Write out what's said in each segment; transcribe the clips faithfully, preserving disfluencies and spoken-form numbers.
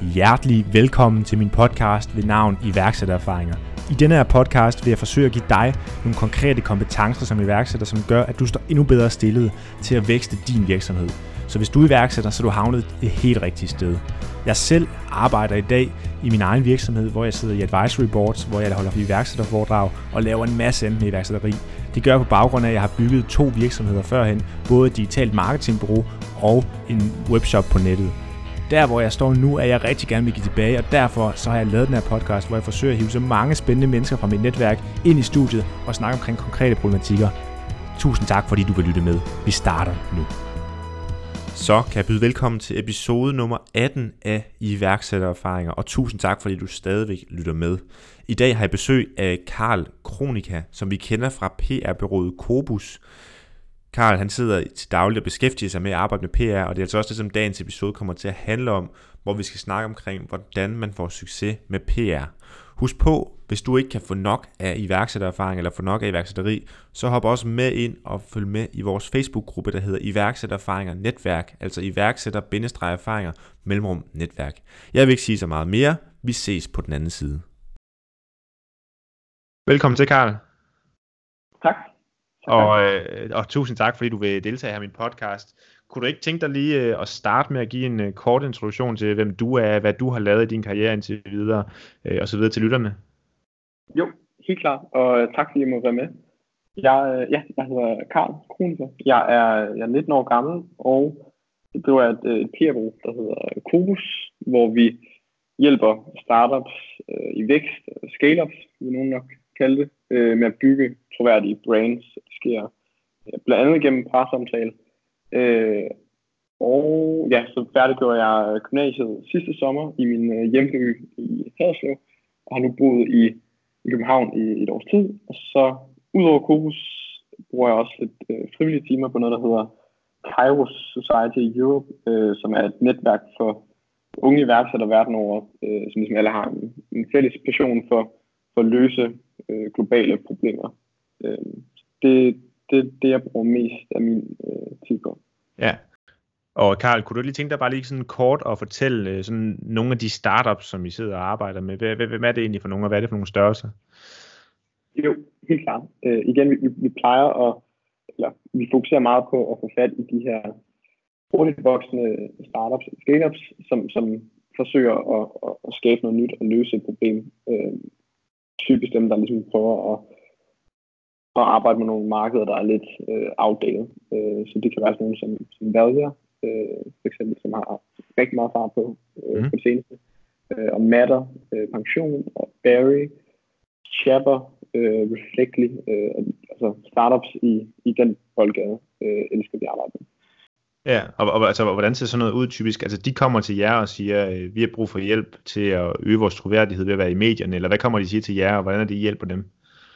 Hjertelig velkommen til min podcast ved navn Iværksættererfaringer. I denne her podcast vil jeg forsøge at give dig nogle konkrete kompetencer som iværksætter, som gør, at du står endnu bedre stillet til at vækste din virksomhed. Så hvis du er iværksætter, så er du havnet et helt rigtigt sted. Jeg selv arbejder i dag i min egen virksomhed, hvor jeg sidder i advisory boards, hvor jeg holder iværksætterforedrag og laver en masse andet med iværksætteri. Det gør jeg på baggrund af, at jeg har bygget to virksomheder førhen, både et digitalt marketingbureau og en webshop på nettet. Der hvor jeg står nu, er jeg rigtig gerne vil give tilbage, og derfor så har jeg lavet den her podcast, hvor jeg forsøger at hive så mange spændende mennesker fra mit netværk ind i studiet og snakke omkring konkrete problematikker. Tusind tak, fordi du vil lytte med. Vi starter nu. Så kan jeg byde velkommen til episode nummer atten af Iværksættererfaringer, og tusind tak, fordi du stadigvæk lytter med. I dag har jeg besøg af Karl Kronika, som vi kender fra P R-bureauet Cobus. Karl, han sidder til daglig og beskæftiger sig med at arbejde med P R, og det er altså også det, som dagens episode kommer til at handle om, hvor vi skal snakke omkring, hvordan man får succes med P R. Husk på, hvis du ikke kan få nok af iværksættererfaring eller få nok af iværksætteri, så hop også med ind og følg med i vores Facebook-gruppe, der hedder Iværksættererfaringer Netværk, altså iværksætter-erfaringer mellemrum netværk. Jeg vil ikke sige så meget mere. Vi ses på den anden side. Velkommen til, Karl. Tak. Og, øh, og tusind tak, fordi du vil deltage her i min podcast. Kunne du ikke tænke dig lige øh, at starte med at give en øh, kort introduktion til, hvem du er, hvad du har lavet i din karriere indtil videre, øh, og så videre til lytterne? Jo, helt klart, og tak fordi jeg må være med. Jeg, øh, ja, jeg hedder Karl Kronika. Jeg er, jeg er nitten år gammel, og det er et, et P R-bureau, der hedder Cobus, hvor vi hjælper startups øh, i vækst, scale-ups, vil nogen nok kalde det, øh, med at bygge troværdige brands. Det sker øh, blandt andet gennem parsamtale. Øh, og ja, så færdiggjorde jeg gymnasiet sidste sommer i min øh, hjemby i Haderslev, og har nu boet i, i København i et års tid. Og så udover Cobus bruger jeg også lidt øh, frivillige timer på noget, der hedder Kairos Society Europe, øh, som er et netværk for unge iværksættere verden over, øh, som ligesom alle har en, en fælles passion for, for at løse øh, globale problemer. Øh, det det det, jeg bruger mest af min øh, tid på. Ja, og Karl, kunne du lige tænke dig bare lige sådan kort at fortælle sådan nogle af de startups, som I sidder og arbejder med? Hvem er det egentlig for nogle, og hvad er det for nogle størrelser? Jo, helt klart. Øh, igen, vi, vi plejer at, eller vi fokuserer meget på at få fat i de her hurtigt voksende startups, scale-ups, som, som forsøger at, at, at skabe noget nyt og løse et problem. Øh, typisk dem, der ligesom prøver at, at arbejde med nogle markeder, der er lidt øh, outdated. Øh, så det kan være sådan nogle som, som Valvia, øh, for eksempel, som har rigtig meget fart på øh, mm. på det seneste. Øh, og Matter, øh, Pension, og Barry, Chapper, øh, Reflectly, øh, altså startups i, i den boldgade, øh, elsker vi at arbejde med. Ja, og, og altså, hvordan ser sådan noget ud typisk? Altså, de kommer til jer og siger, øh, vi har brug for hjælp til at øge vores troværdighed ved at være i medierne, eller hvad kommer de sige til jer, og hvordan er det, I hjælper dem?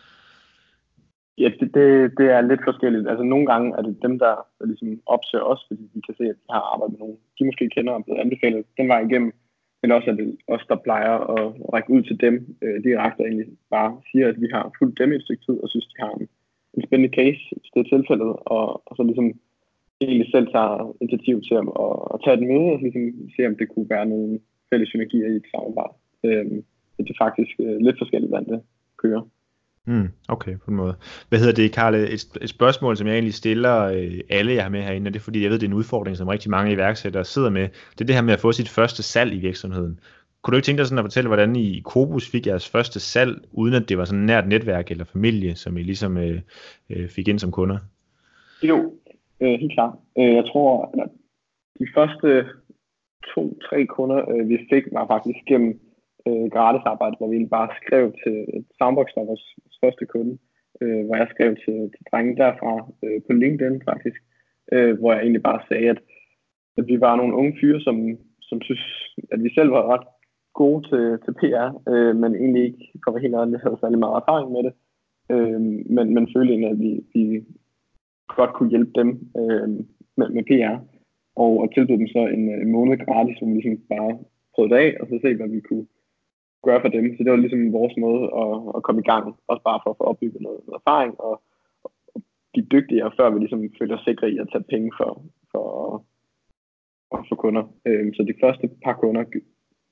Ja, det, det, det er lidt forskelligt. Altså, nogle gange er det dem, der, der ligesom opsøger os, fordi vi kan se, at de har arbejdet med nogen, de måske kender og blevet anbefalet den vej igennem, men også er det os, der plejer at række ud til dem øh, direkte, egentlig bare siger, at vi har fulgt dem i et stykke tid, og synes, de har en, en spændende case, hvis det er tilfældet, og, og så ligesom egentlig selv tager initiativ til at, at tage et møde og ligesom se, om det kunne være nogle fælles synergier i et samarbejde. Øhm, det er faktisk øh, lidt forskelligt, hvordan det kører. Mm, okay, på en måde. Hvad hedder det, Karl? Et, et spørgsmål, som jeg egentlig stiller øh, alle, jeg har med herinde, og det er fordi, jeg ved, det er en udfordring, som rigtig mange iværksættere sidder med. Det er det her med at få sit første salg i virksomheden. Kunne du ikke tænke dig sådan at fortælle, hvordan I Cobus fik jeres første salg, uden at det var sådan et nært netværk eller familie, som I ligesom øh, øh, fik ind som kunder? Jo, øh, helt klart. Øh, jeg tror, at de første to-tre kunder, øh, vi fik, var faktisk gennem øh, gratis arbejde, hvor vi egentlig bare skrev til Soundbox, der var vores første kunde, øh, hvor jeg skrev til, til drengen derfra øh, på LinkedIn faktisk, øh, hvor jeg egentlig bare sagde, at, at vi var nogle unge fyre, som, som synes, at vi selv var ret gode til, til P R, øh, men egentlig ikke, for at være helt ærlig, havde særlig meget erfaring med det, øh, men, men følte egentlig, at vi, vi godt kunne hjælpe dem øh, med, med P R, og, og tilbyde dem så en, en måned gratis, som vi ligesom bare prøvede af, og så se, hvad vi kunne gøre for dem. Så det var ligesom vores måde at, at komme i gang, også bare for at få opbygget noget, noget erfaring, og, og blive dygtigere, før vi ligesom følte os sikre i at tage penge for, for, for, for kunder. Øh, så de første par kunder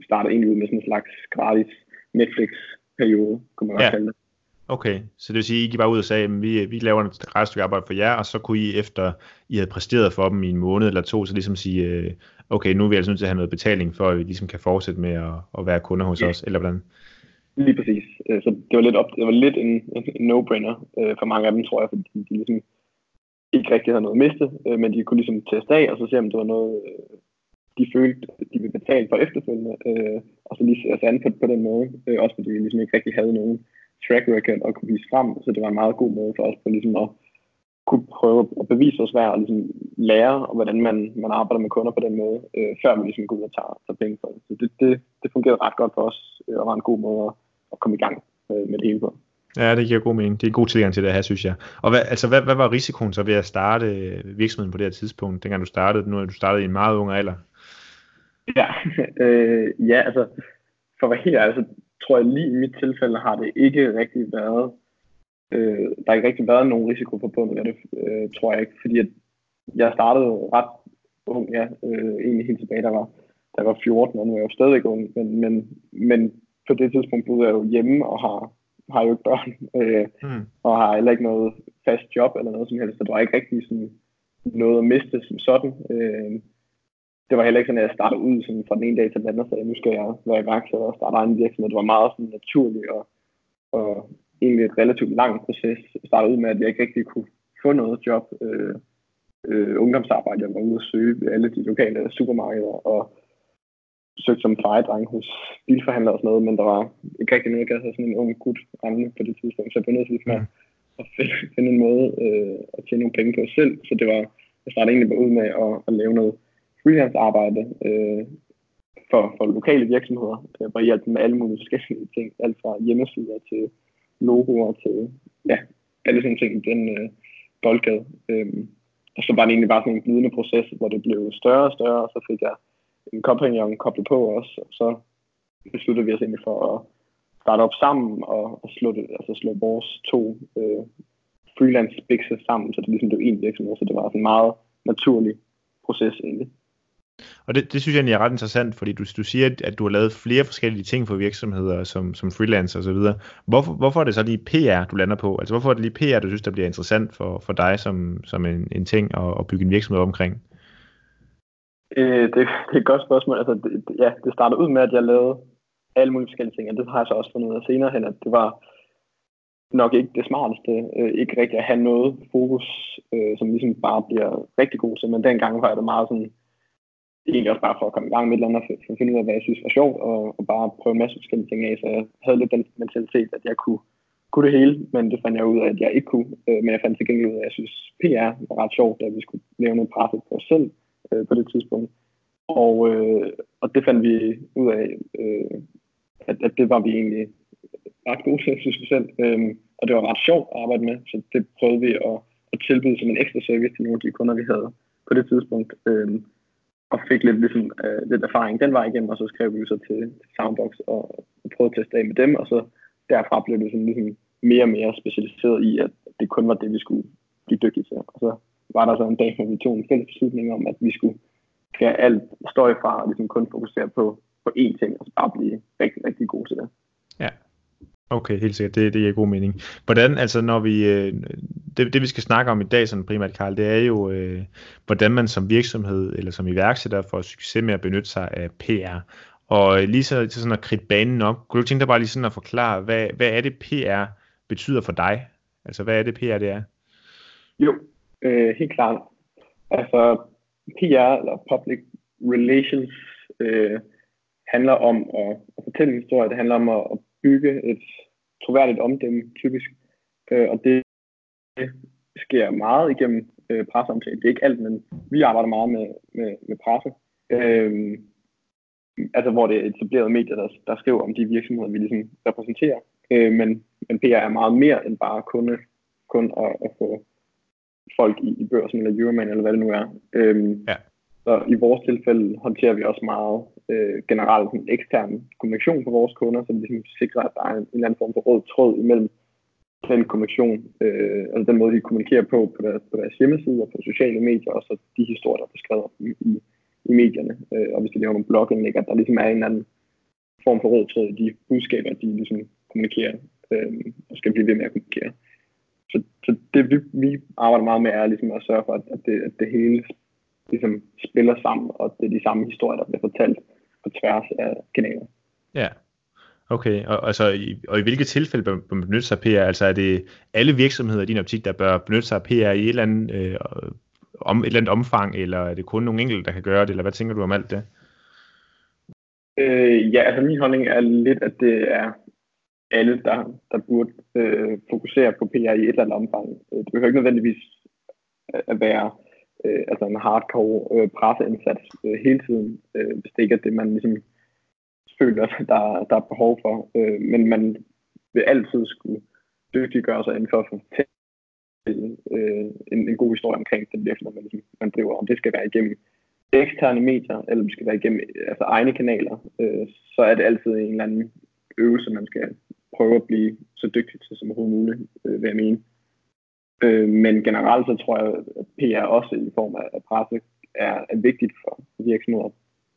startede egentlig ud med sådan en slags gratis Netflix-periode, kunne man godt Ja. kalde det. Okay, så det vil sige, at I gik bare ud og sagde, at vi, vi laver et ret stykke arbejde for jer, og så kunne I, efter I havde præsteret for dem i en måned eller to, så ligesom sige, øh, okay, nu er vi altså nødt til at have noget betaling, for at vi ligesom kan fortsætte med at, at være kunder hos Ja. os, eller hvordan? Lige præcis. Øh, Så det var lidt, op, det var lidt en, en, en no-brainer øh, for mange af dem, tror jeg, fordi de ligesom ikke rigtig havde noget at miste, øh, men de kunne ligesom teste af, og så se, om det var noget, øh, de følte, de ville betale for efterfølgende, øh, og så lige se os an på, på den måde, øh, også fordi vi ligesom ikke rigtig havde nogen track record at kunne vise frem, så det var en meget god måde for os på ligesom at kunne prøve at bevise os værd og ligesom lære, hvordan man, man arbejder med kunder på den måde, øh, før vi ligesom går ud og tager, tager penge for det. Så det, det, det fungerede ret godt for os, øh, og var en god måde at, at komme i gang øh, med det hele på. Ja, det giver god mening. Det er en god tilgang til det her, synes jeg. Og hvad, altså, hvad, hvad var risikoen så ved at starte virksomheden på det her tidspunkt, dengang du startede? Nu er du startet i en meget ung alder. Ja, øh, ja, altså for at være helt ærlig, så tror jeg lige i mit tilfælde har det ikke rigtig været, øh, der har ikke rigtig været nogen risiko forbundet med det, øh, tror jeg ikke, fordi at jeg startede ret ung, ja, øh, egentlig helt tilbage, der var, der var fjorten, og nu er jeg jo stadig ung, men, men, men på det tidspunkt boede jeg jo hjemme og har, har jo ikke børn, øh, Hmm. og har heller ikke noget fast job eller noget som helst, så der var ikke rigtig sådan noget at miste som sådan. Øh, det var heller ikke sådan, at jeg startede ud sådan fra den ene dag til den anden og sagde, nu skal jeg være iværksætter og starte egen virksomhed. Det var meget sådan naturligt og, og egentlig et relativt langt proces. Jeg startede ud med, at jeg ikke rigtig kunne få noget job. Øh, øh, ungdomsarbejde, jeg var ude at søge ved alle de lokale supermarkeder og søgte som fejedreng hos bilforhandlere og sådan noget, men der var ikke rigtig noget, der havde sådan en ung gut rende på det tidspunkt, så jeg blev nødt til at, at finde en måde øh, at tjene nogle penge på selv. Så det var, jeg startede egentlig bare ud med at, at lave noget freelance arbejde øh, for, for lokale virksomheder, øh, hvor jeg hjalp med alle mulige forskellige ting, alt fra hjemmesider til logoer til ja, alle sådan ting i den øh, boldgade. Øh, og så var det egentlig bare sådan en glidende proces, hvor det blev større og større, og så fik jeg en kompagnon koblet på også, og så besluttede vi os egentlig for at starte op sammen og, og slå, det, altså slå vores to øh, freelance bikser sammen, så det ligesom blev en virksomhed, så det var sådan en meget naturlig proces egentlig. Og det, det synes jeg egentlig er ret interessant, fordi du, du siger, at du har lavet flere forskellige ting for virksomheder som, som freelancer og så videre. Hvorfor, hvorfor er det så lige P R, du lander på? Altså hvorfor er det lige P R, du synes, der bliver interessant for, for dig som, som en, en ting at, at bygge en virksomhed omkring? Øh, det, det er et godt spørgsmål. Altså, det, ja, det startede ud med, at jeg lavede alle mulige forskellige ting, og det har jeg så også fundet ud af senere hen, at det var nok ikke det smarteste, øh, ikke rigtig at have noget fokus, øh, som ligesom bare bliver rigtig god til, men dengang var det meget sådan, egentlig også bare for at komme i gang med et eller andet, for at finde ud af, hvad jeg synes var sjovt, og, og bare prøve en masse forskellige ting af, så jeg havde lidt den mentalitet, at jeg kunne, kunne det hele, men det fandt jeg ud af, at jeg ikke kunne, øh, men jeg fandt til gengæld ud af, at jeg synes, P R var ret sjovt, da vi skulle lave noget presse på os selv øh, på det tidspunkt, og, øh, og det fandt vi ud af, øh, at, at det var vi egentlig ret gode til, synes vi selv, øh, og det var ret sjovt at arbejde med, så det prøvede vi at, at tilbyde som en ekstra service til nogle af de kunder, vi havde på det tidspunkt, øh, og fik lidt, ligesom, øh, lidt erfaring den vej igennem, og så skrev vi så til, til Soundbox og, og prøvede at teste af med dem, og så derfra blev det sådan, ligesom mere og mere specialiseret i, at det kun var det, vi skulle blive dygtige til. Og så var der så en dag, hvor vi tog en fælles beslutning om, at vi skulle have alt støj fra, og ligesom kun fokusere på, på én ting, og så bare blive rigtig, rigtig gode til det. Ja. Okay, helt sikkert. Det, det giver god mening. Hvordan, altså når vi, det, det vi skal snakke om i dag sådan primært, Karl, det er jo, øh, hvordan man som virksomhed eller som iværksætter får succes med at benytte sig af P R. Og lige så til sådan at kridte banen op, kunne du tænke dig bare lige sådan at forklare, hvad, hvad er det P R betyder for dig? Altså hvad er det P R det er? Jo, øh, helt klart. Altså P R eller Public Relations øh, handler om at, at fortælle en historie, det handler om at, at bygge et troværdigt omdømme, typisk. Øh, og det sker meget igennem øh, presseomtale. Det er ikke alt, men vi arbejder meget med, med, med presse. Øh, altså hvor det er etablerede medier, der, der skriver om de virksomheder, vi ligesom repræsenterer. Øh, men, men P R er meget mere end bare kun, kun at, at få folk i, i børsen eller Euroman, eller hvad det nu er. Øh, ja. Så i vores tilfælde håndterer vi også meget øh, generelt en ekstern kommunikation på vores kunder, så vi ligesom sikrer, at der er en, en eller anden form for rød tråd imellem den kommunikation, øh, altså den måde, de kommunikerer på på deres, på deres hjemmeside og på sociale medier, og så de historier, der er beskrevet i, i, i medierne. Øh, og hvis de laver nogle blogindlæg, at der ligesom er en eller anden form for rød tråd i de budskaber, de ligesom kommunikerer, øh, og skal blive ved med at kommunikere. Så, så det vi, vi arbejder meget med, er ligesom at sørge for, at det, at det hele ligesom spiller sammen, og det er de samme historier, der bliver fortalt på tværs af kanaler. Ja, okay. Og, altså, i, og i hvilke tilfælde bør man benytte sig af P R? Altså er det alle virksomheder i din optik, der bør benytte sig af P R i et eller andet, øh, om, et eller andet omfang, eller er det kun nogle enkelte, der kan gøre det, eller hvad tænker du om alt det? Øh, ja, altså min holdning er lidt, at det er alle, der, der burde øh, fokusere på P R i et eller andet omfang. Det behøver ikke nødvendigvis at være øh, altså en hardcore øh, presseindsats øh, hele tiden, øh, hvis det ikke er det, man ligesom føler, der, der er behov for. Øh, men man vil altid skulle dygtiggøre sig inden for at fortælle øh, en, en god historie omkring den virksomhed, man, ligesom, man driver. Om det skal være igennem eksterne medier, eller det skal være igennem altså egne kanaler, øh, så er det altid en eller anden øvelse, man skal prøve at blive så dygtig til som overhovedet muligt, øh, vil jeg mene. Øh, men generelt så tror jeg, at P R også i form af presse er, er vigtigt for virksomheder.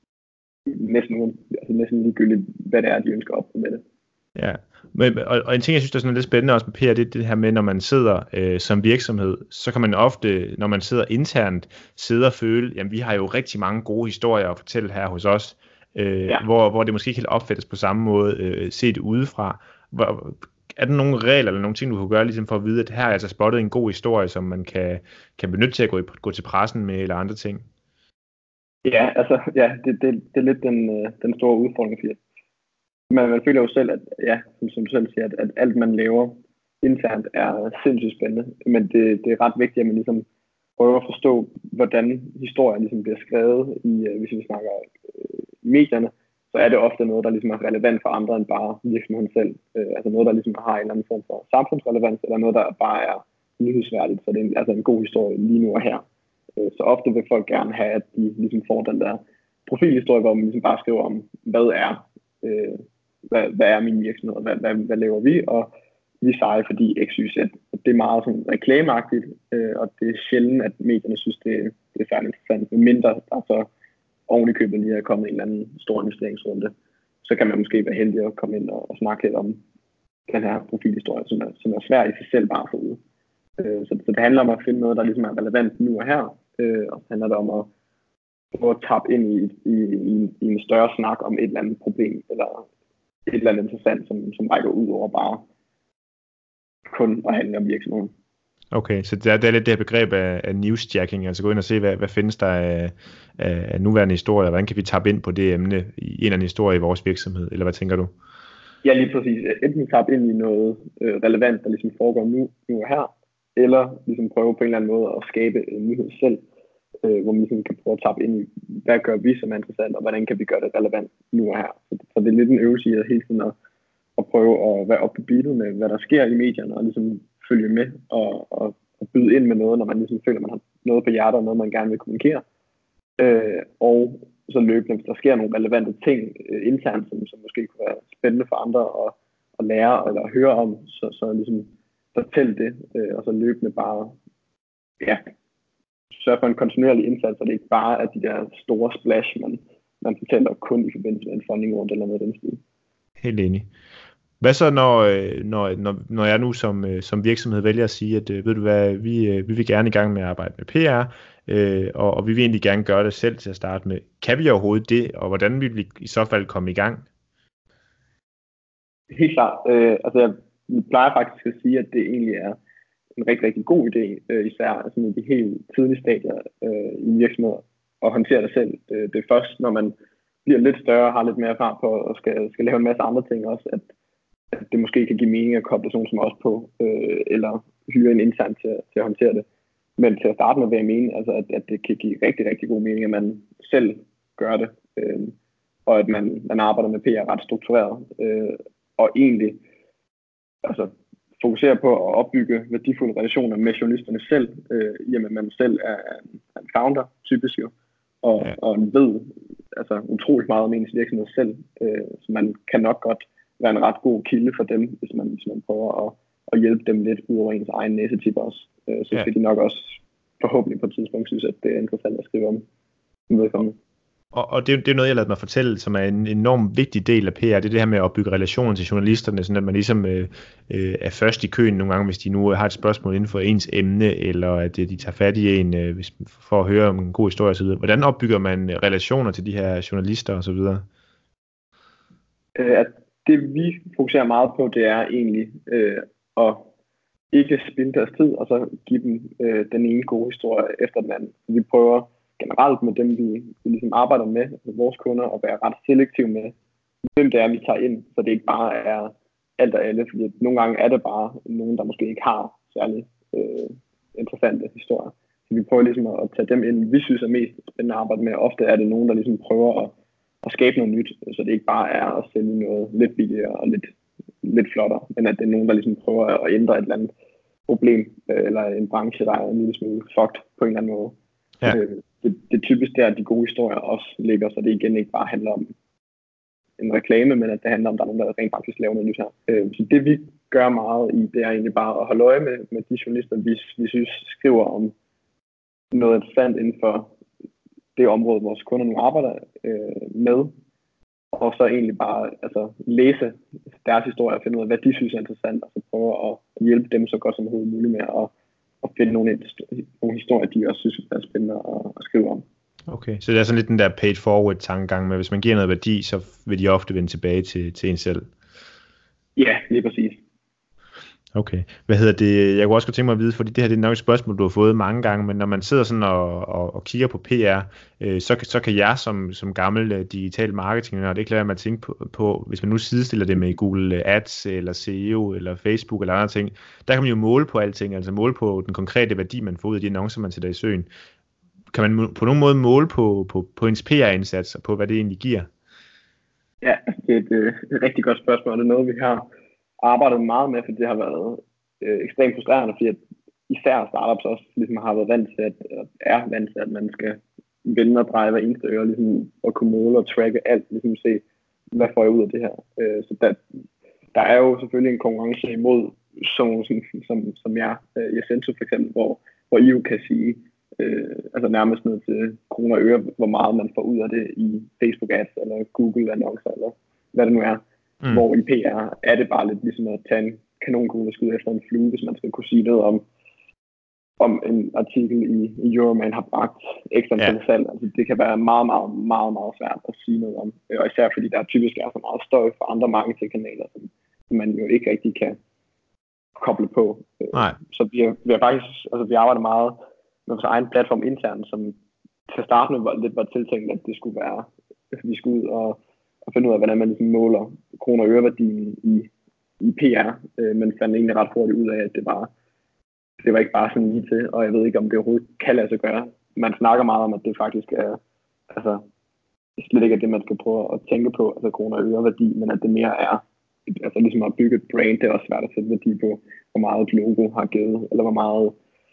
Næsten, altså næsten ligegyldigt, hvad det er, de ønsker op med det. Ja, men, og, og en ting, jeg synes, der er sådan lidt spændende også med P R, det er det her med, når man sidder øh, som virksomhed, så kan man ofte, når man sidder internt, sidde og føle, jamen vi har jo rigtig mange gode historier at fortælle her hos os, øh, ja. hvor, hvor det måske ikke helt opfattes på samme måde øh, set udefra. Hvor, er der nogle regler eller nogle ting, du kan gøre ligesom for at vide, at her er altså spottet en god historie, som man kan, kan benytte til at gå, gå til pressen med eller andre ting? Ja, altså, ja, det, det, det er lidt den, den store udfordring, fordi man, man føler jo selv, at, ja, som, som du selv siger, at, at alt man laver internt er sindssygt spændende, men det, det er ret vigtigt, at man ligesom prøver at forstå, hvordan historien ligesom bliver skrevet i, hvis vi snakker øh, medierne, så er det ofte noget, der ligesom er relevant for andre end bare virksomheden selv. Øh, altså noget, der ligesom har en eller anden form for samfundsrelevans, eller noget, der bare er nyhedsværdigt, så det er en, altså en god historie lige nu og her. Øh, så ofte vil folk gerne have, at de ligesom får den der profilhistorie, hvor man ligesom bare skriver om, hvad er, øh, hvad, hvad er min virksomhed, hvad, hvad, hvad laver vi, og vi seje, fordi X Y Z. Det er meget sådan reklameagtigt, øh, og det er sjældent, at medierne synes, det, det er særligt interessant. Men mindre der så oven i købet lige er kommet en eller anden stor investeringsrunde, så kan man måske være heldig at komme ind og, og snakke lidt om den her profilhistorie, som er, som er svær i sig selv bare for ude. Øh, så, så det handler om at finde noget, der ligesom er relevant nu og her, øh, og så handler det om at prøve at tappe ind i, i, i, i en større snak om et eller andet problem, eller et eller andet interessant, som, som rækker ud over bare kun at handle om virksomheden. Okay, så det er, det er lidt det her begreb af, af newsjacking, altså gå ind og se, hvad, hvad findes der af, af nuværende historier, hvordan kan vi tappe ind på det emne i en eller anden historie i vores virksomhed, eller hvad tænker du? Ja, lige præcis. Enten tappe ind i noget øh, relevant, der ligesom foregår nu, nu og her, eller ligesom prøve på en eller anden måde at skabe en nyhed selv, øh, hvor man ligesom kan prøve at tappe ind i, hvad gør vi som er interessant, og hvordan kan vi gøre det relevant nu og her. Så, så det er lidt en øvelse i at hele tiden at, at prøve at være op på beatet med, hvad der sker i medierne, og ligesom følge med og, og, og byde ind med noget, når man ligesom føler, at man har noget på hjertet og noget, man gerne vil kommunikere. Øh, og så løbende, hvis der sker nogle relevante ting øh, internt, som, som måske kunne være spændende for andre at, at lære eller at høre om, så, så ligesom fortæl det, øh, og så løbende bare ja, sørge for en kontinuerlig indsats, så det ikke bare er de der store splash, man, man fortæller kun i forbindelse med en funding rundt eller noget af den stil. Helt enig. Hvad så, når, når, når, når jeg nu som, som virksomhed vælger at sige, at ved du hvad, vi, vi vil gerne i gang med at arbejde med P R, øh, og, og vi vil egentlig gerne gøre det selv til at starte med. Kan vi overhovedet det, og hvordan vil vi i så fald komme i gang? Helt klart. Øh, altså jeg plejer faktisk at sige, at det egentlig er en rigtig, rigtig god idé, øh, især altså i de helt tidlige stadier øh, i virksomheder, at håndtere det selv. Øh, det er først, når man bliver lidt større, har lidt mere erfaring på, og skal, skal lave en masse andre ting også, at at det måske kan give mening at koble sådan som os på, øh, eller hyre en intern til, til at håndtere det. Men til at starte med vil jeg mene, altså, at, at det kan give rigtig, rigtig god mening, at man selv gør det, øh, og at man, man arbejder med P R ret struktureret, øh, og egentlig altså, fokuserer på at opbygge værdifulde relationer med journalisterne selv, øh, i og med at man selv er en, en founder, typisk jo, og, ja. og ved altså, utroligt meget om ens virksomhed selv, øh, så man kan nok godt være en ret god kilde for dem, hvis man, hvis man prøver at, at hjælpe dem lidt ud over ens egen næsetip også. Øh, så skal ja. de nok også forhåbentlig på et tidspunkt synes, at det er interessant at skrive om vedkommende. Og, og det, det er noget, jeg lader mig fortælle, som er en enormt vigtig del af P R, det er det her med at bygge relationer til journalisterne, sådan at man ligesom øh, øh, er først i køen nogle gange, hvis de nu har et spørgsmål inden for ens emne, eller at de tager fat i en øh, hvis, for at høre om en god historie osv. Hvordan opbygger man relationer til de her journalister osv.? Øh, at det vi fokuserer meget på, det er egentlig øh, at ikke spilde deres tid, og så give dem øh, den ene gode historie efter den anden. Vi prøver generelt med dem, vi, vi ligesom arbejder med, altså vores kunder, at være ret selektive med, hvem det er, vi tager ind, så det ikke bare er alt og alle, fordi nogle gange er det bare nogen, der måske ikke har særlig øh, interessante historier. Så vi prøver ligesom at tage dem ind, vi synes er mest spændende at arbejde med. Ofte er det nogen, der ligesom prøver at, at skabe noget nyt, så det ikke bare er at sælge noget lidt billigere og lidt, lidt flottere, men at det er nogen, der ligesom prøver at ændre et eller andet problem, eller en branche, der er en lille smule fucked på en eller anden måde. Ja. Øh, det, det er typisk der, at de gode historier også ligger, så det igen ikke bare handler om en reklame, men at det handler om, at der er nogen, der rent faktisk laver noget nyt her. Øh, så det vi gør meget i, det er egentlig bare at holde øje med, med de journalister, vi, vi synes skriver om noget interessant inden for det område, vores kunder nu arbejder øh, med, og så egentlig bare altså, læse deres historie og finde ud af, hvad de synes er interessant, og så prøve at hjælpe dem så godt som overhovedet muligt med at, at finde nogle, nogle historier, de også synes er spændende at, at skrive om. Okay, så det er sådan lidt den der paid forward tankegang med, hvis man giver noget værdi, så vil de ofte vende tilbage til, til en selv. Ja, lige præcis. Okay, hvad hedder det? Jeg kunne også godt tænke mig at vide, fordi det her det er nok et spørgsmål, du har fået mange gange, men når man sidder sådan og, og, og kigger på P R, øh, så, så kan jeg som, som gammel uh, digital marketing, og det klarer jeg mig at tænke på, på, hvis man nu sidestiller det med Google Ads, eller S E O, eller Facebook, eller andre ting, der kan man jo måle på alting, altså måle på den konkrete værdi, man får ud af de annoncer, man sætter i søen. Kan man på nogen måde måle på, på, på ens P R-indsats, og på hvad det egentlig giver? Ja, det er et, et rigtig godt spørgsmål, det er noget, vi har arbejdet meget med, for det har været øh, ekstremt frustrerende, fordi at især startups også ligesom har været vant til, at, at er vant til, at man skal vende og dreje hver eneste øre, ligesom at kunne måle og tracke alt, ligesom se, hvad får jeg ud af det her. Øh, så der, der er jo selvfølgelig en konkurrence imod sådan som, som, som jeg, øh, i Ascento for eksempel, hvor, hvor I jo kan sige, øh, altså nærmest ned til kroner og øre, hvor meget man får ud af det i Facebook ads, eller Google annoncer, eller hvad det nu er. Mm. Hvor i P R er det bare lidt ligesom at tage en kanonkugle og skyde efter en flue, hvis man skal kunne sige noget om, om en artikel i, i Euroman har bragt ekstra yeah. til salg. Altså, det kan være meget, meget, meget, meget svært at sige noget om. Og især fordi der typisk er så meget støj fra andre marketingkanaler, som man jo ikke rigtig kan koble på. Nej. Så vi har, vi har faktisk, altså vi arbejder meget med vores egen platform internt, som til starten var lidt var tiltænkt, at det skulle være, at vi skulle ud og og finde ud af, hvordan man ligesom måler kroner og øreværdien i, i P R, øh, men fandt egentlig ret hurtigt ud af, at det var, det var ikke bare sådan lige til, og jeg ved ikke, om det overhovedet kan lade sig gøre. Man snakker meget om, at det faktisk er, altså, slet ikke er det, man skal prøve at tænke på, altså kroner og øreværdi, men at det mere er, altså ligesom at bygge et brand, det er også svært at sætte værdi på, hvor meget et logo har givet, eller hvor meget,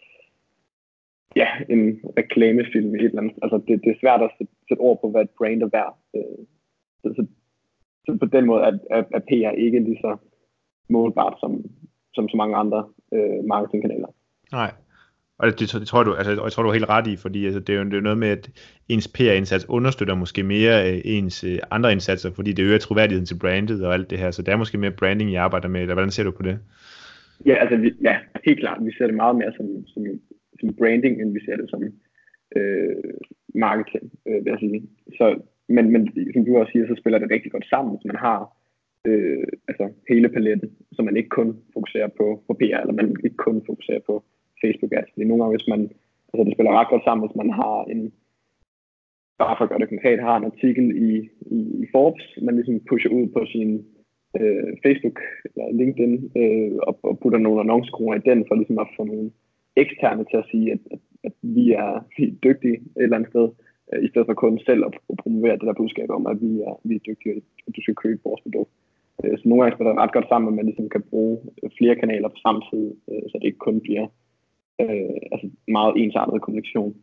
ja, en reklamefilm i et eller andet. Altså det, det er svært at sætte, sætte ord på, hvad et brand er værd. Øh, Så, så, så på den måde er, er, er P R ikke lige så målbart som, som så mange andre øh, marketingkanaler. Nej, og det, det, det tror du, altså, jeg tror du er helt ret i, fordi altså, det, er jo, det er noget med, at ens P R-indsats understøtter måske mere øh, ens øh, andre indsatser, fordi det øger troværdigheden til brandet og alt det her, så det er måske mere branding, I arbejder med, eller hvordan ser du på det? Ja, altså vi, ja, helt klart. Vi ser det meget mere som, som, som branding, end vi ser det som øh, marketing, øh, vil jeg sige. Så Men, men som du også siger, så spiller det rigtig godt sammen, hvis man har øh, altså hele paletten, så man ikke kun fokuserer på, på P R, eller man ikke kun fokuserer på Facebook ads. Fordi nogle gange, hvis man, altså det spiller ret godt sammen, hvis man har en, bare for at gøre det konkret, har en artikel i, i, i Forbes, man ligesom pusher ud på sin øh, Facebook eller LinkedIn, øh, og, og putter nogle annoncekroner i den, for ligesom at få nogle eksterne til at sige, at, at, at vi er helt dygtige et eller andet sted, i stedet for kun selv at promovere det der budskab om, at vi er, vi er dygtige, og du skal købe vores produkt. Så nogle gange spiller det ret godt sammen, at man ligesom kan bruge flere kanaler på samme tid, så det ikke kun bliver øh, altså meget ensartet kommunikation.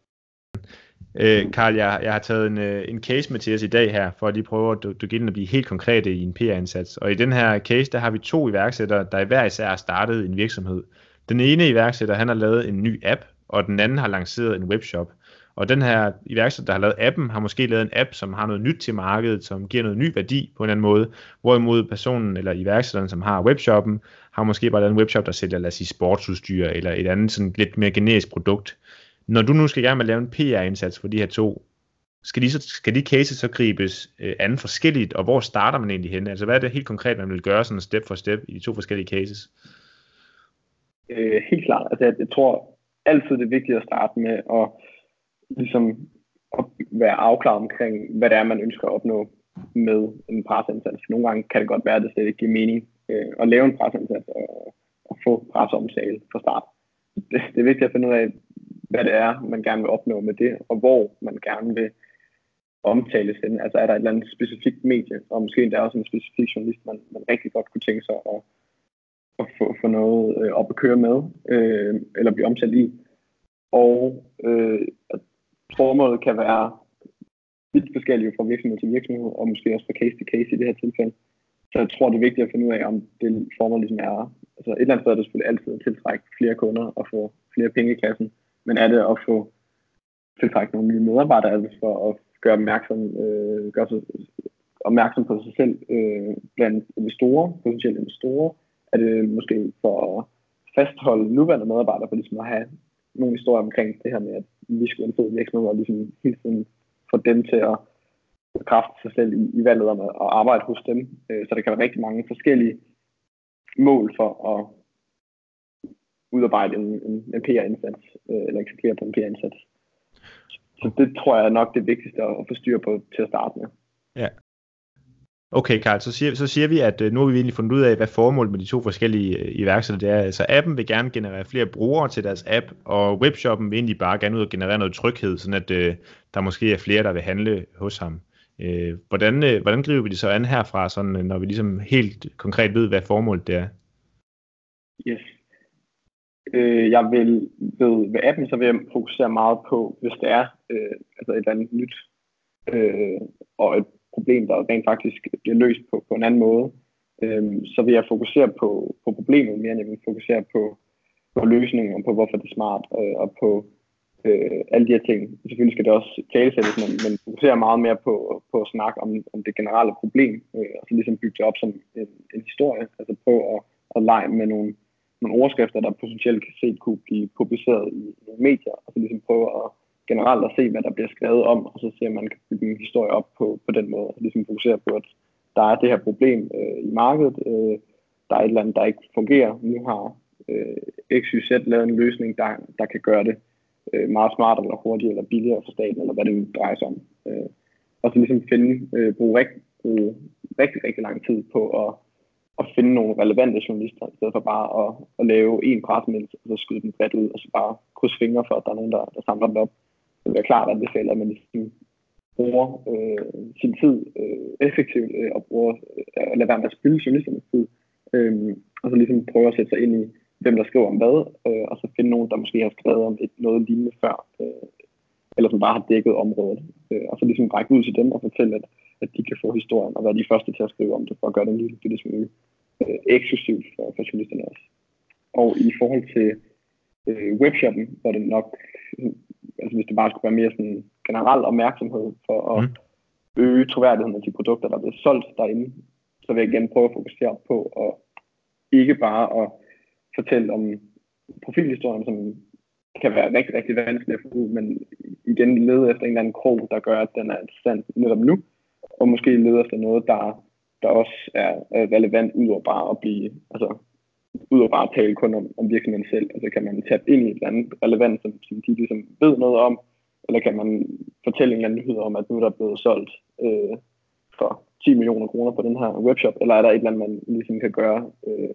Øh, Carl, jeg, jeg har taget en, en case med til os i dag her, for at lige prøve at dykke ind og blive helt konkrete i en P R-indsats. Og i den her case, der har vi to iværksættere, der i hver især har startet en virksomhed. Den ene iværksætter, han har lavet en ny app, og den anden har lanceret en webshop. Og den her iværksætter, der har lavet appen, har måske lavet en app, som har noget nyt til markedet, som giver noget ny værdi på en anden måde, hvorimod personen eller iværksætteren, som har webshoppen, har måske bare lavet en webshop, der sælger, lad os sige, sportsudstyr eller et andet sådan lidt mere generisk produkt. Når du nu skal gerne med lave en P R-indsats for de her to, skal de, så, skal de cases så gribes øh, an forskelligt, og hvor starter man egentlig henne? Altså hvad er det helt konkret, man vil gøre sådan step for step i de to forskellige cases? Øh, helt klart. Altså, jeg, jeg tror altid, det er vigtigt at starte med at, ligesom, at være afklaret omkring, hvad det er, man ønsker at opnå med en presseindsats. Nogle gange kan det godt være, at det slet ikke giver mening øh, at lave en presseindsats og, og få presseomtale fra start. Det, det er vigtigt at finde ud af, hvad det er, man gerne vil opnå med det, og hvor man gerne vil omtales hen. Altså er der et eller andet specifikt medie, og måske endda også en specifik journalist, man, man rigtig godt kunne tænke sig at, at få, få noget øh, op at køre med, øh, eller blive omtalt i. Og øh, formålet kan være vidt forskellige fra virksomhed til virksomhed, og måske også fra case til case i det her tilfælde. Så jeg tror, det er vigtigt at finde ud af, om det formål ligesom er, altså et eller andet sted er det selvfølgelig altid at tiltrække flere kunder og få flere penge i kassen, men er det at få tiltrække nogle nye medarbejdere, altså for at gøre opmærksom, øh, gøre sig opmærksom på sig selv øh, blandt investorer, potentielle investorer, er det måske for at fastholde nuværende medarbejdere, for ligesom at have nogle historier omkring det her med, at vi skal indføre virksomheder og ligesom hele tiden få dem til at bekræfte sig selv i, i valget om at, at arbejde hos dem. Øh, så der kan være rigtig mange forskellige mål for at udarbejde en, en, en P R-indsats, øh, eller eksekvere på en P R-indsats. Så det tror jeg er nok det vigtigste at få styr på til at starte med. Ja. Okay, Karl, så siger, så siger vi, at nu har vi egentlig fundet ud af, hvad formålet med de to forskellige iværksættere det er. Altså appen vil gerne generere flere brugere til deres app, og webshoppen vil egentlig bare gerne ud og generere noget tryghed, sådan at øh, der måske er flere, der vil handle hos ham. Øh, hvordan, øh, hvordan griber vi det så an herfra, sådan, når vi ligesom helt konkret ved, hvad formålet det er? Yes. Øh, jeg vil ved, ved appen, så vil jeg fokusere meget på, hvis det er øh, altså et eller andet nyt, øh, og et problem, der rent faktisk bliver løst på, på en anden måde, øhm, så vil jeg fokusere på, på problemet mere, end jeg vil fokusere på, på løsningen, og på hvorfor det er smart, øh, og på øh, alle de her ting. Selvfølgelig skal det også talesættes, men, men fokusere meget mere på, på at snakke om, om det generelle problem, øh, og så ligesom bygge det op som en, en historie, altså prøve at, at lege med nogle, nogle overskrifter, der potentielt kan set kunne blive publiceret i nogle medier, og så ligesom prøve at generelt at se, hvad der bliver skrevet om, og så se, om man kan bygge en historie op på, på den måde. Og ligesom fokusere på, at der er det her problem øh, i markedet. Øh, der er et eller andet, der ikke fungerer. Nu har øh, X Y Z lavet en løsning, der, der kan gøre det øh, meget smartere, eller hurtigere, eller billigere for staten, eller hvad det nu drejer sig om. Øh, og så ligesom finde, øh, bruge, rigt, bruge rigtig, rigtig lang tid på at, at finde nogle relevante journalister, i stedet for bare at, at lave en pressemeddelelse, og så skyde den bredt ud, og så bare krydse fingre for, at der er nogen, der, der samler den op. Det er klart, at det fælder, at man ligesom bruger øh, sin tid øh, effektivt øh, og bruger øh, at lade være med at spilde journalisternes tid. Øh, og så ligesom prøve at sætte sig ind i, hvem der skriver om hvad, øh, og så finde nogen, der måske har skrevet om et, noget lignende før, øh, eller som bare har dækket området. Øh, og så ligesom række ud til dem og fortælle, at, at de kan få historien og være de første til at skrive om det, for at gøre det en lille bitte smule øh, eksklusivt for, for journalisterne også. Og i forhold til øh, webshoppen, så er det nok, altså hvis det bare skulle være mere sådan generel opmærksomhed for at mm. øge troværdigheden af de produkter, der bliver solgt derinde, så vil jeg igen prøve at fokusere på at ikke bare at fortælle om profilhistorien, som kan være rigtig, rigtig vanskeligt at få ud, men igen lede efter en eller anden krog, der gør, at den er interessant netop nu, og måske lede efter noget, der, der også er relevant ud over bare at blive, altså ud over bare at tale kun om, om virksomheden selv. Altså kan man tabe ind i et eller andet relevant, som, som de ligesom ved noget om, eller kan man fortælle en eller anden nyhed om, at nu er der blevet solgt øh, for ti millioner kroner på den her webshop, eller er der et eller andet, man ligesom kan gøre øh,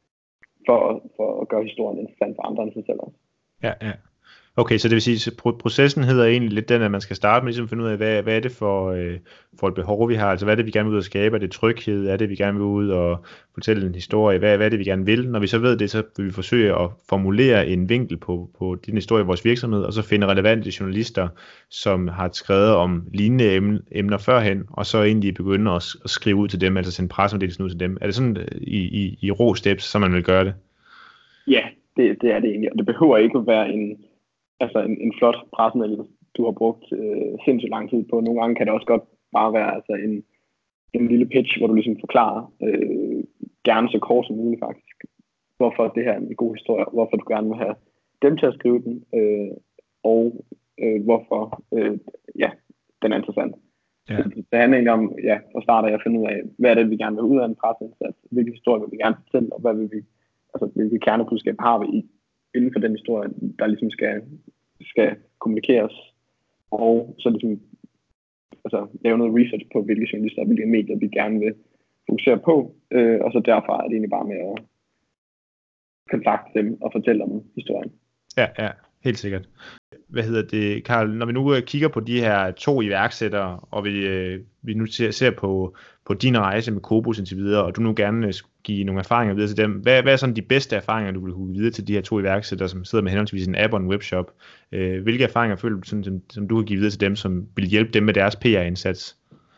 for, for at gøre historien interessant for andre end sig selv også. Ja, ja. Okay, så det vil sige, at processen hedder egentlig lidt den, at man skal starte med ligesom at finde ud af, hvad, hvad er det for, øh, for et behov, vi har, altså hvad er det, vi gerne vil ud og skabe, er det tryghed, er det, vi gerne vil ud og fortælle en historie, hvad, hvad er det, vi gerne vil. Når vi så ved det, så vil vi forsøge at formulere en vinkel på, på den historie i vores virksomhed, og så finde relevante journalister, som har skrevet om lignende emner førhen, og så egentlig begynde at, at skrive ud til dem, altså sende pressemeddelelsen ud til dem. Er det sådan i, i, i rå steps, så man vil gøre det? Ja, det, det er det egentlig, og det behøver ikke at være en altså en, en flot pressemeddelelse, du har brugt øh, sindssygt lang tid på. Nogle gange kan det også godt bare være altså, en, en lille pitch, hvor du ligesom forklarer, øh, gerne så kort som muligt faktisk, hvorfor det her er en god historie, hvorfor du gerne vil have dem til at skrive den, øh, og øh, hvorfor øh, ja, den er interessant. Ja. Så det handler egentlig om, ja, fra start af at finde ud af, hvad er det, vi gerne vil ud af en presseindsats, hvilke historier vil vi gerne fortælle, og hvad vil vi, altså, hvilke kernebudskab har vi i, inden for den historie, der ligesom skal, skal kommunikeres, og så ligesom altså, lave noget research på, hvilke journalister og hvilke medier vi gerne vil fokusere på, øh, og så derfra er det egentlig bare med at kontakte dem og fortælle om historien. Ja, ja, helt sikkert. Hvad hedder det, Karl, når vi nu kigger på de her to iværksættere, og vi, øh, vi nu ser, ser på, på din rejse med Kobus indtil videre, og du nu gerne give nogle erfaringer videre til dem, hvad, hvad er sådan de bedste erfaringer, du vil kunne videre til de her to iværksættere, som sidder med henholdsvis en app og en webshop? Øh, hvilke erfaringer føler du, sådan, som, som du kan give videre til dem, som vil hjælpe dem med deres P R-indsats?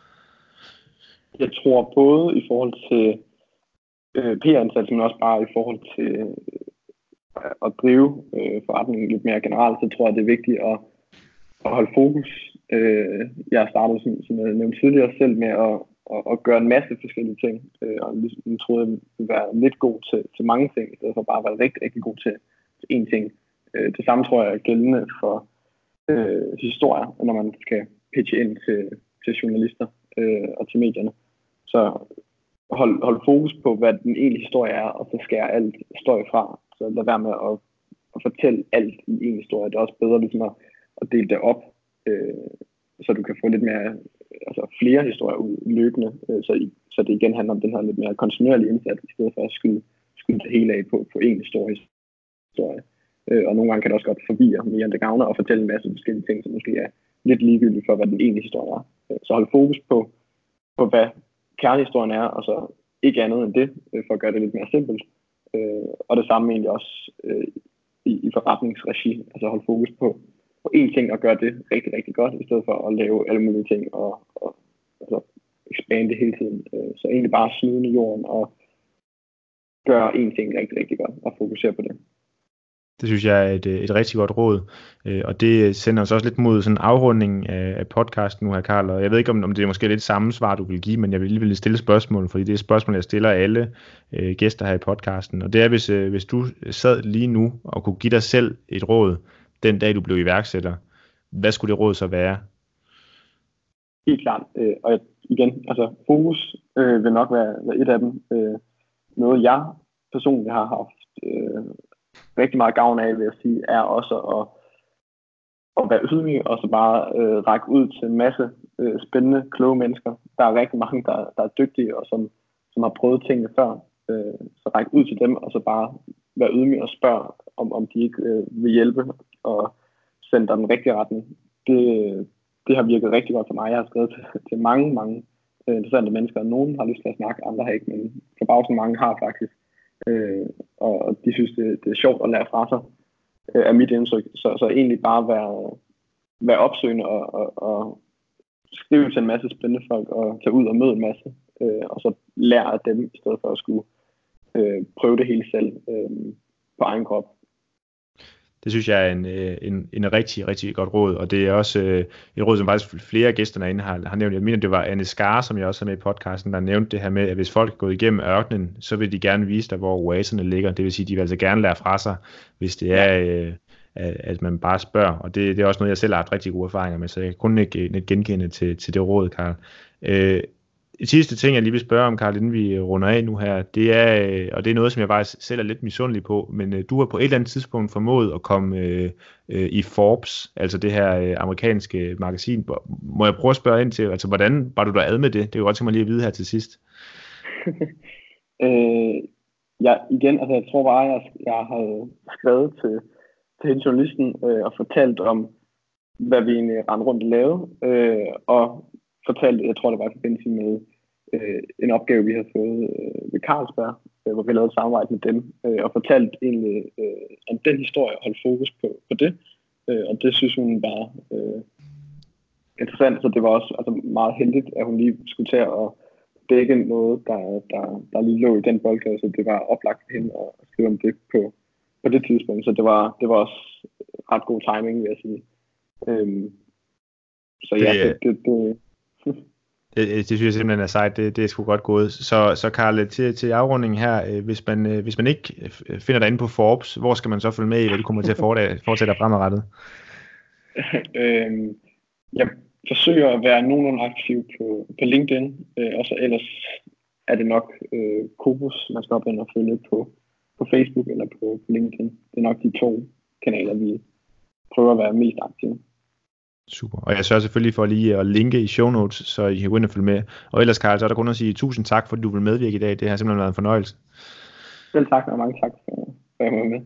Jeg tror både i forhold til øh, P R-indsatsen, men også bare i forhold til øh, at drive øh, forretningen lidt mere generelt, så tror jeg, det er vigtigt at, at holde fokus. Øh, jeg startede, som, som jeg nævnte tidligere, selv med at, at, at gøre en masse forskellige ting, øh, og jeg troede, jeg ville være lidt god til, til mange ting, i stedet for bare at være rigtig, rigtig god til, til én ting. Øh, det samme tror jeg er gældende for øh, historier, når man skal pitche ind til, til journalister øh, og til medierne. Så hold, hold fokus på, hvad den egentlige historie er, og så skære alt historie fra. Så lad være med at, at fortælle alt i en historie. Det er også bedre ligesom at, at dele det op, øh, så du kan få lidt mere, altså flere historier ud løbende, øh, så, i, så det igen handler om den her lidt mere kontinuerlige indsats, i stedet for at skyde, skyde det hele af på, på én historie. Øh, og nogle gange kan det også godt forvirre mere end det gavner, og fortælle en masse forskellige ting, som måske er lidt ligegyldige for, hvad den egentlige historie er. Øh, så hold fokus på, på hvad kernehistorien er, og så ikke andet end det, øh, for at gøre det lidt mere simpelt. Øh, og det samme egentlig også øh, i, i forretningsregi, altså holde fokus på, på én ting og gøre det rigtig, rigtig godt, i stedet for at lave alle mulige ting og, og altså, expande hele tiden. Øh, så egentlig bare smide ned i jorden og gøre én ting rigtig, rigtig godt og fokusere på det. Det synes jeg er et, et rigtig godt råd, og det sender os også lidt mod sådan en afrunding af podcasten nu her, Karl, og jeg ved ikke, om, om det er måske lidt samme svar, du vil give, men jeg vil alligevel stille spørgsmål, fordi det er et spørgsmål, jeg stiller alle øh, gæster her i podcasten, og det er, hvis, øh, hvis du sad lige nu og kunne give dig selv et råd, den dag du blev iværksætter, hvad skulle det råd så være? Helt klart, øh, og igen, altså fokus øh, vil nok være, være et af dem. Øh, noget jeg personligt har haft øh, rigtig meget gavn af, vil jeg sige, er også at, at være ydmyg og så bare øh, række ud til en masse øh, spændende, kloge mennesker. Der er rigtig mange, der, der er dygtige og som, som har prøvet tingene før. Øh, så række ud til dem og så bare være ydmyg og spørge, om, om de ikke øh, vil hjælpe og sende dig den rigtige retning. Det, det har virket rigtig godt for mig. Jeg har skrevet til, til mange, mange øh, interessante mennesker. Nogle har lyst til at snakke, andre har ikke, men forbavsende mange har faktisk. Øh, og de synes, det, det er sjovt at lære fra sig, øh, er mit indtryk. Så, så egentlig bare være, være opsøgende og, og, og skrive til en masse spændende folk og tage ud og møde en masse, øh, og så lære af dem, i stedet for at skulle øh, prøve det hele selv øh, på egen krop. Det synes jeg er en, en, en rigtig, rigtig godt råd, og det er også øh, et råd, som faktisk flere af gæsterne inde har, har nævnt. Jeg mener, det var Anne Skar, som jeg også har med i podcasten, der nævnte det her med, at hvis folk er gået igennem ørkenen, så vil de gerne vise dig, hvor oaserne ligger. Det vil sige, de vil altså gerne lære fra sig, hvis det er, øh, at man bare spørger. Og det, det er også noget, jeg selv har haft rigtig gode erfaringer med, så jeg kan kun ikke, ikke genkende til, til det råd, Karl. Øh, Det sidste ting, jeg lige vil spørge om, Karl, inden vi runder af nu her, det er, og det er noget, som jeg faktisk selv er lidt misundelig på, men øh, du har på et eller andet tidspunkt formået at komme øh, øh, i Forbes, altså det her øh, amerikanske magasin. Må jeg prøve at spørge ind til, altså hvordan var du der ad med det? Det er jo godt til mig lige at vide her til sidst. øh, ja, igen, altså jeg tror bare, jeg, jeg har skrevet til, til hende journalisten øh, og fortalt om, hvad vi egentlig rendte rundt og lavede, øh, og fortalte, jeg tror det var i forbindelse med øh, en opgave, vi havde fået øh, ved Carlsberg, øh, hvor vi lavede et samarbejde med dem, øh, og fortalte egentlig øh, om den historie og holdt fokus på, på det, øh, og det synes hun var øh, interessant, så det var også altså, meget heldigt, at hun lige skulle til at dække noget, der, der, der lige lå i den boldgade, så det var oplagt for hende at skrive om det på, på det tidspunkt, så det var, det var også ret god timing, vil jeg sige. Øhm, så ja, det, det, det, det. Det, det synes jeg simpelthen er sejt, det, det er sgu godt gået. Så, så Karl, til, til afrundingen her, hvis man, hvis man ikke finder dig inde på Forbes, hvor skal man så følge med i, hvad du kommer til at fortsætte fremadrettet? øhm, jeg forsøger at være nogenlunde aktiv på, på LinkedIn, øh, og så ellers er det nok øh, Kobus, man skal op ind og følge på, på Facebook eller på, på LinkedIn. Det er nok de to kanaler, vi prøver at være mest aktive. Super, og jeg sørger selvfølgelig for lige at linke i show notes, så I kan gå ind og følge med. Og ellers, Karl, så er der kun at sige tusind tak, fordi du vil medvirke i dag. Det har simpelthen været en fornøjelse. Selv tak, og mange tak for at jeg var med.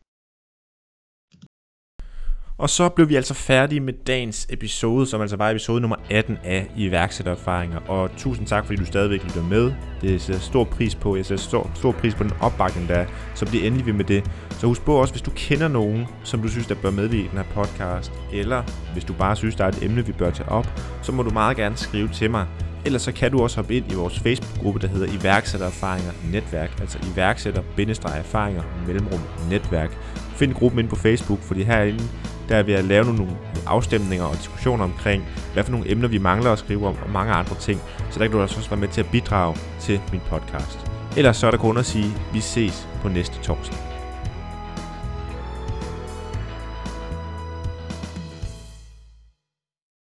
Og så blev vi altså færdige med dagens episode, som altså var episode nummer atten af iværksættererfaringer. Og tusind tak, fordi du stadigvæk lytter med. Det sætter stor pris på. Jeg sætter stor, stor pris på den opbakning, der er. Så bliv endelig ved med det. Så husk på også, hvis du kender nogen, som du synes, der bør medvirke i den her podcast, eller hvis du bare synes, der er et emne, vi bør tage op, så må du meget gerne skrive til mig. Ellers så kan du også hoppe ind i vores Facebook-gruppe, der hedder Iværksættererfaringer Netværk, altså iværksætter-erfaringer mellemrum netværk. Find gruppen ind på Facebook, fordi herinde der er ved at lave nogle afstemninger og diskussioner omkring, hvad for nogle emner vi mangler at skrive om, og mange andre ting. Så der kan du også være med til at bidrage til min podcast. Ellers så er der kun at sige, vi ses på næste torsdag.